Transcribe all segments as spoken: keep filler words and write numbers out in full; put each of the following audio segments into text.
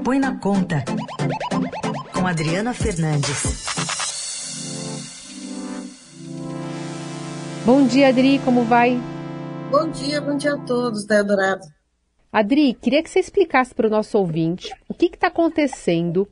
Põe na Conta, com Adriana Fernandes. Bom dia, Adri, como vai? Bom dia, bom dia a todos da Eldorado. Adri, queria que você explicasse para o nosso ouvinte o que está acontecendo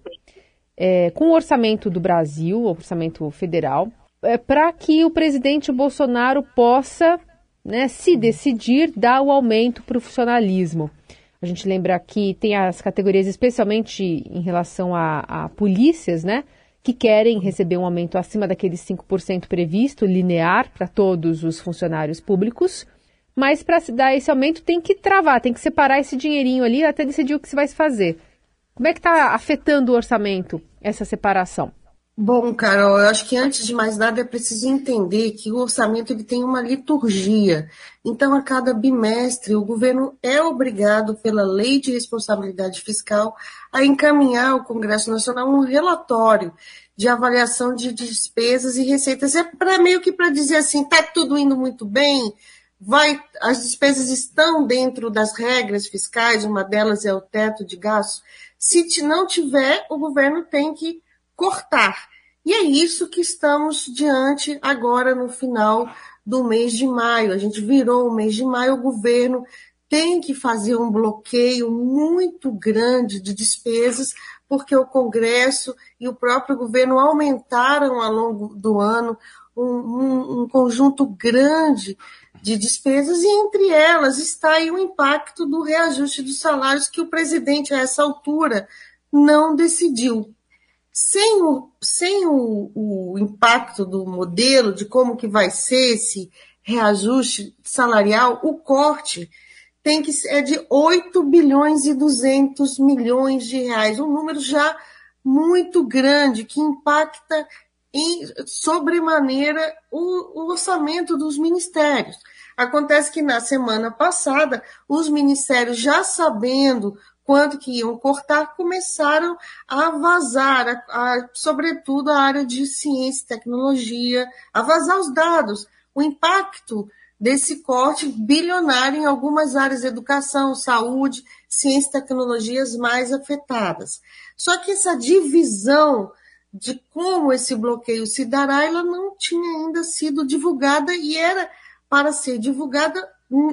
é, com o orçamento do Brasil, o orçamento federal, é, para que o presidente Bolsonaro possa, né, se decidir, dar o aumento para o funcionalismo. A gente lembra que tem as categorias, especialmente em relação a, a polícias, né, que querem receber um aumento acima daqueles cinco por cento previsto, linear, para todos os funcionários públicos. Mas para se dar esse aumento tem que travar, tem que separar esse dinheirinho ali até decidir o que se vai fazer. Como é que está afetando o orçamento, essa separação? Bom, Carol, eu acho que antes de mais nada é preciso entender que o orçamento ele tem uma liturgia. Então, a cada bimestre, o governo é obrigado, pela Lei de Responsabilidade Fiscal, a encaminhar ao Congresso Nacional um relatório de avaliação de despesas e receitas. É pra, meio que para dizer assim, está tudo indo muito bem, vai, as despesas estão dentro das regras fiscais, uma delas é o teto de gastos. Se não tiver, o governo tem que cortar. E é isso que estamos diante agora no final do mês de maio. A gente virou o mês de maio, o governo tem que fazer um bloqueio muito grande de despesas, porque o Congresso e o próprio governo aumentaram ao longo do ano um, um, um conjunto grande de despesas, e entre elas está aí o impacto do reajuste dos salários que o presidente, a essa altura, não decidiu. Sem o, sem o, o impacto do modelo, de como que vai ser esse reajuste salarial, o corte tem que ser de oito bilhões e duzentos milhões de reais, um número já muito grande, que impacta em sobremaneira o, o orçamento dos ministérios. Acontece que na semana passada, os ministérios, já sabendo quanto que iam cortar, começaram a vazar, a, a, sobretudo a área de ciência e tecnologia, a vazar os dados. O impacto desse corte bilionário em algumas áreas de educação, saúde, ciência e tecnologias mais afetadas. Só que essa divisão de como esse bloqueio se dará, ela não tinha ainda sido divulgada e era para ser divulgada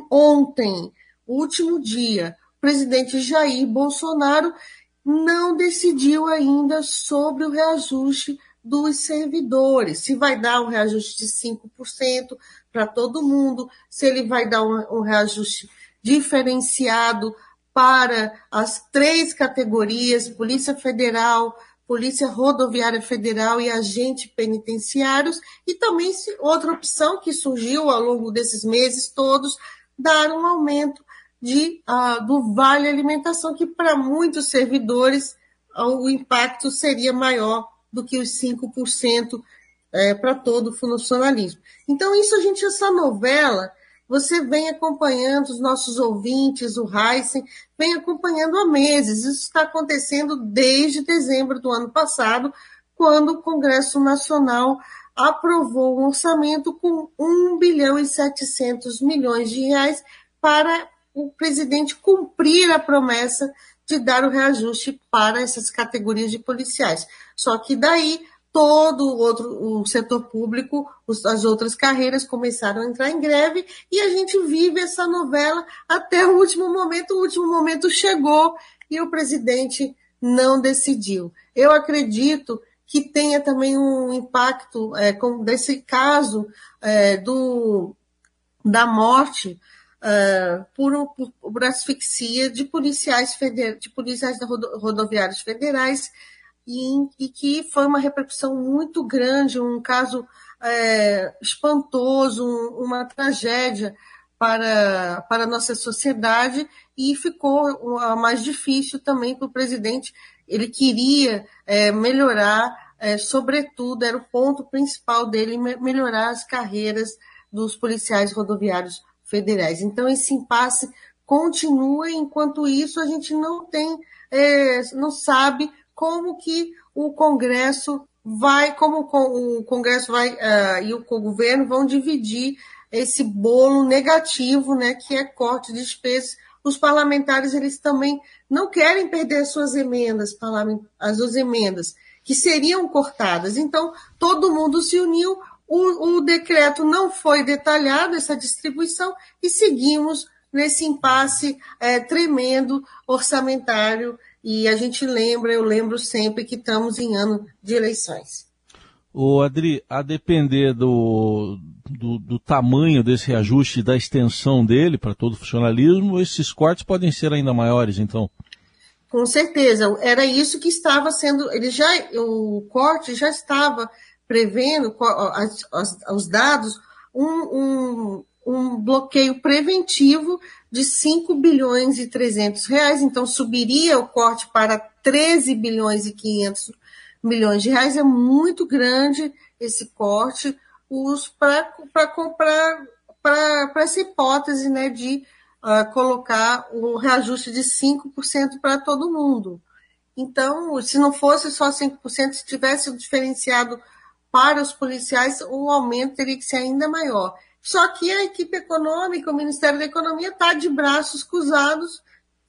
ontem, o último dia. O presidente Jair Bolsonaro não decidiu ainda sobre o reajuste dos servidores, se vai dar um reajuste de cinco por cento para todo mundo, se ele vai dar um, um reajuste diferenciado para as três categorias, Polícia Federal, Polícia Rodoviária Federal e agentes penitenciários, e também outra opção que surgiu ao longo desses meses todos, dar um aumento de, uh, do Vale Alimentação, que para muitos servidores uh, o impacto seria maior do que os cinco por cento é, para todo o funcionalismo. Então, isso a gente, essa novela, você vem acompanhando, os nossos ouvintes, o Heisen, vem acompanhando há meses. Isso está acontecendo desde dezembro do ano passado, quando o Congresso Nacional aprovou um orçamento com um bilhão e setecentos milhões de reais para o presidente cumprir a promessa de dar o reajuste para essas categorias de policiais. Só que daí todo o, outro, o setor público, os, as outras carreiras começaram a entrar em greve e a gente vive essa novela até o último momento. O último momento chegou e o presidente não decidiu. Eu acredito que tenha também um impacto, é, com, desse caso é, do, da morte Uh, por, por, por asfixia de policiais, feder, de policiais rodo, rodoviários federais, e, e que foi uma repercussão muito grande, um caso é, espantoso, um, uma tragédia para, para a nossa sociedade, e ficou uh, mais difícil também para o presidente. Ele queria é, melhorar, é, sobretudo, era o ponto principal dele, melhorar as carreiras dos policiais rodoviários federais. Então, esse impasse continua, enquanto isso a gente não tem, é, não sabe como que o Congresso vai, como o Congresso vai uh, e o governo vão dividir esse bolo negativo, né, que é corte de despesas, os parlamentares eles também não querem perder as suas emendas, as suas emendas, que seriam cortadas. Então, todo mundo se uniu, o, o decreto não foi detalhado, essa distribuição, e seguimos nesse impasse é, tremendo orçamentário, e a gente lembra, eu lembro sempre que estamos em ano de eleições. Ô Adri, a depender do, do, do tamanho desse reajuste, da extensão dele para todo o funcionalismo, esses cortes podem ser ainda maiores, então? Com certeza, era isso que estava sendo, ele já, o corte já estava prevendo, as, as, os dados, um, um, um bloqueio preventivo de cinco bilhões e trezentos reais, então subiria o corte para treze bilhões e quinhentos milhões de reais, é muito grande esse corte para comprar, para essa hipótese, né, de uh, colocar um reajuste de cinco por cento para todo mundo. Então, se não fosse só cinco por cento, se tivesse diferenciado para os policiais, o aumento teria que ser ainda maior. Só que a equipe econômica, o Ministério da Economia, está de braços cruzados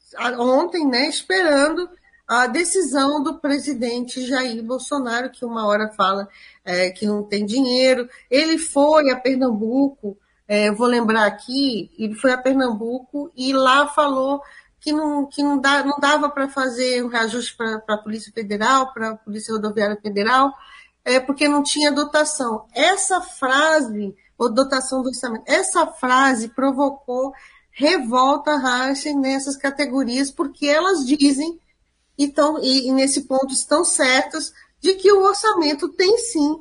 ontem, né, esperando a decisão do presidente Jair Bolsonaro, que uma hora fala é, que não tem dinheiro. Ele foi a Pernambuco, é, vou lembrar aqui, ele foi a Pernambuco e lá falou que não, que não, dá, não dava para fazer um reajuste para a Polícia Federal, para a Polícia Rodoviária Federal, é, porque não tinha dotação. Essa frase, ou dotação do orçamento, essa frase provocou revolta, racha nessas categorias, porque elas dizem Então, e, e nesse ponto estão certas de que o orçamento tem sim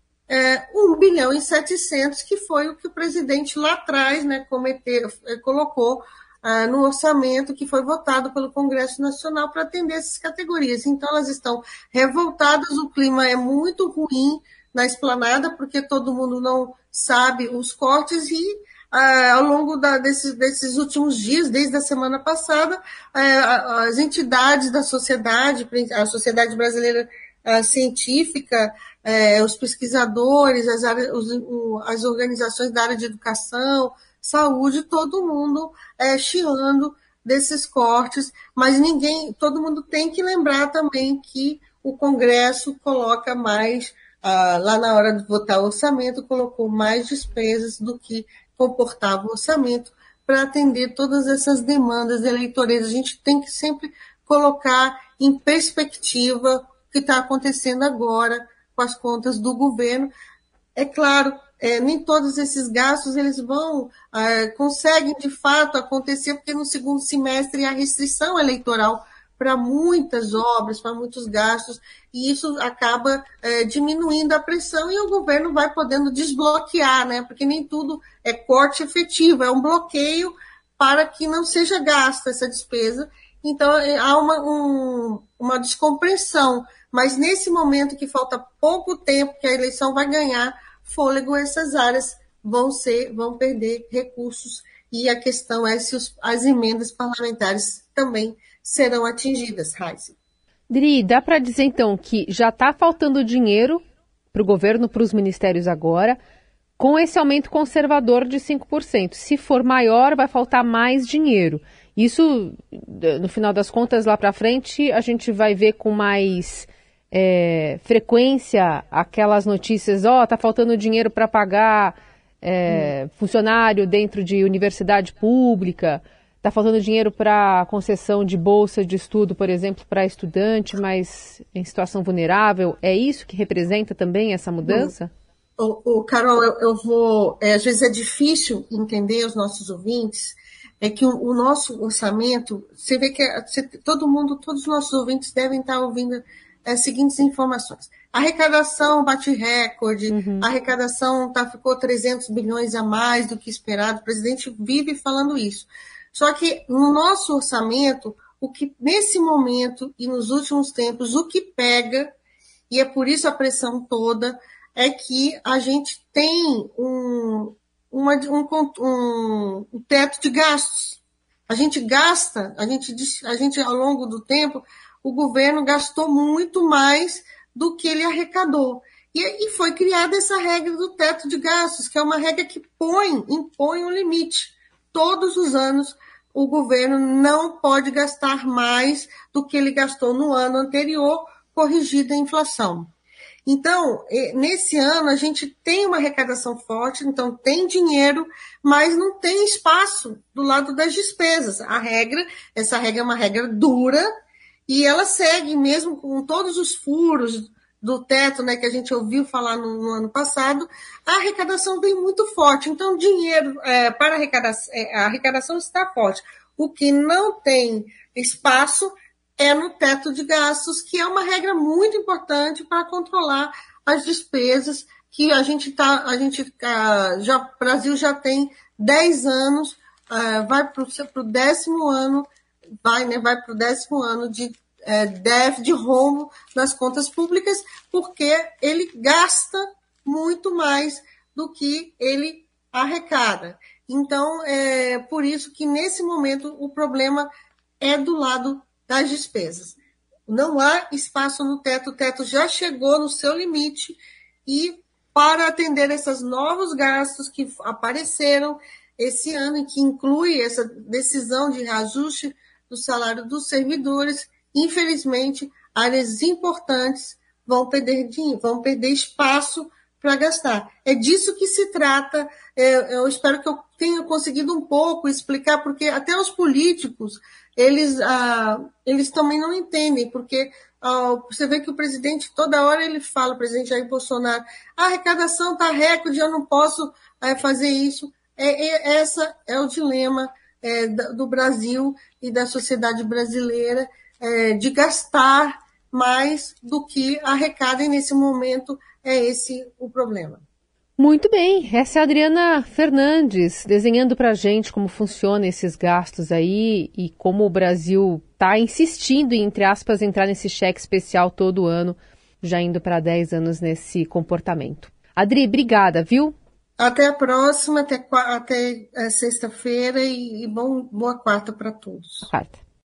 é, um bilhão e setecentos, que foi o que o presidente lá atrás, né, cometeu, colocou ah, no orçamento que foi votado pelo Congresso Nacional para atender essas categorias. Então, elas estão revoltadas, o clima é muito ruim na esplanada, porque todo mundo não sabe os cortes e Ah, ao longo da, desses, desses últimos dias, desde a semana passada, ah, as entidades da sociedade, a sociedade brasileira ah, científica, eh, os pesquisadores, as, áreas, os, o, as organizações da área de educação, saúde, todo mundo eh, chiando desses cortes, mas ninguém, todo mundo tem que lembrar também que o Congresso coloca mais, ah, lá na hora de votar o orçamento, colocou mais despesas do que comportava o orçamento para atender todas essas demandas eleitorais. A gente tem que sempre colocar em perspectiva o que está acontecendo agora com as contas do governo. É claro, é, nem todos esses gastos eles vão, é, conseguem de fato acontecer, porque no segundo semestre há restrição eleitoral para muitas obras, para muitos gastos, e isso acaba é, diminuindo a pressão e o governo vai podendo desbloquear, né? Porque nem tudo é corte efetivo, é um bloqueio para que não seja gasta essa despesa. Então, há uma, um, uma descompressão, mas nesse momento que falta pouco tempo que a eleição vai ganhar fôlego, essas áreas vão, ser, vão perder recursos, e a questão é se os, as emendas parlamentares também serão atingidas, Raíssa. Dri, dá para dizer então que já está faltando dinheiro para o governo, para os ministérios agora, com esse aumento conservador de cinco por cento. Se for maior, vai faltar mais dinheiro. Isso, no final das contas, lá para frente, a gente vai ver com mais é, frequência aquelas notícias, ó, oh, está faltando dinheiro para pagar é, hum. funcionário dentro de universidade pública, está faltando dinheiro para concessão de bolsa de estudo, por exemplo, para estudante, mas em situação vulnerável. É isso que representa também essa mudança? O, o Carol, eu, eu vou... É, às vezes é difícil entender os nossos ouvintes, é que o, o nosso orçamento, você vê que você, todo mundo, todos os nossos ouvintes devem estar ouvindo as seguintes informações. A arrecadação bate recorde, uhum. a arrecadação tá, ficou trezentos bilhões a mais do que esperado, o presidente vive falando isso. Só que no nosso orçamento, o que nesse momento e nos últimos tempos, o que pega, e é por isso a pressão toda, é que a gente tem um, uma, um, um, um teto de gastos. A gente gasta, a gente, a gente ao longo do tempo, o governo gastou muito mais do que ele arrecadou. E, e foi criada essa regra do teto de gastos, que é uma regra que põe, impõe um limite. Todos os anos, o governo não pode gastar mais do que ele gastou no ano anterior, corrigida a inflação. Então, nesse ano, a gente tem uma arrecadação forte, então tem dinheiro, mas não tem espaço do lado das despesas. A regra, essa regra é uma regra dura, e ela segue, mesmo com todos os furos do teto, né, que a gente ouviu falar no, no ano passado, a arrecadação vem muito forte. Então, dinheiro é, para arrecadação, é, a arrecadação está forte. O que não tem espaço é no teto de gastos, que é uma regra muito importante para controlar as despesas que a gente está, a gente já, o Brasil já tem dez anos, uh, vai para o décimo ano, vai, né, vai para o décimo ano de uh, déficit, de rombo nas contas públicas, porque ele gasta muito mais do que ele arrecada. Então, é por isso que nesse momento o problema é do lado das despesas. Não há espaço no teto, o teto já chegou no seu limite, e para atender esses novos gastos que apareceram esse ano e que inclui essa decisão de reajuste do salário dos servidores, infelizmente, áreas importantes vão perder dinheiro, vão perder espaço para gastar. É disso que se trata. Eu espero que eu tenha conseguido um pouco explicar, porque até os políticos, eles, ah, eles também não entendem, porque ah, você vê que o presidente, toda hora ele fala, o presidente Jair Bolsonaro, a arrecadação está recorde, eu não posso é, fazer isso. É, é, essa é o dilema é, do Brasil e da sociedade brasileira, é, de gastar mais do que arrecada, e nesse momento é esse o problema. Muito bem, essa é a Adriana Fernandes, desenhando para a gente como funcionam esses gastos aí e como o Brasil está insistindo em, entre aspas, entrar nesse cheque especial todo ano, já indo para dez anos nesse comportamento. Adri, obrigada, viu? Até a próxima, até, até sexta-feira, e, e bom, boa quarta para todos. Quarta.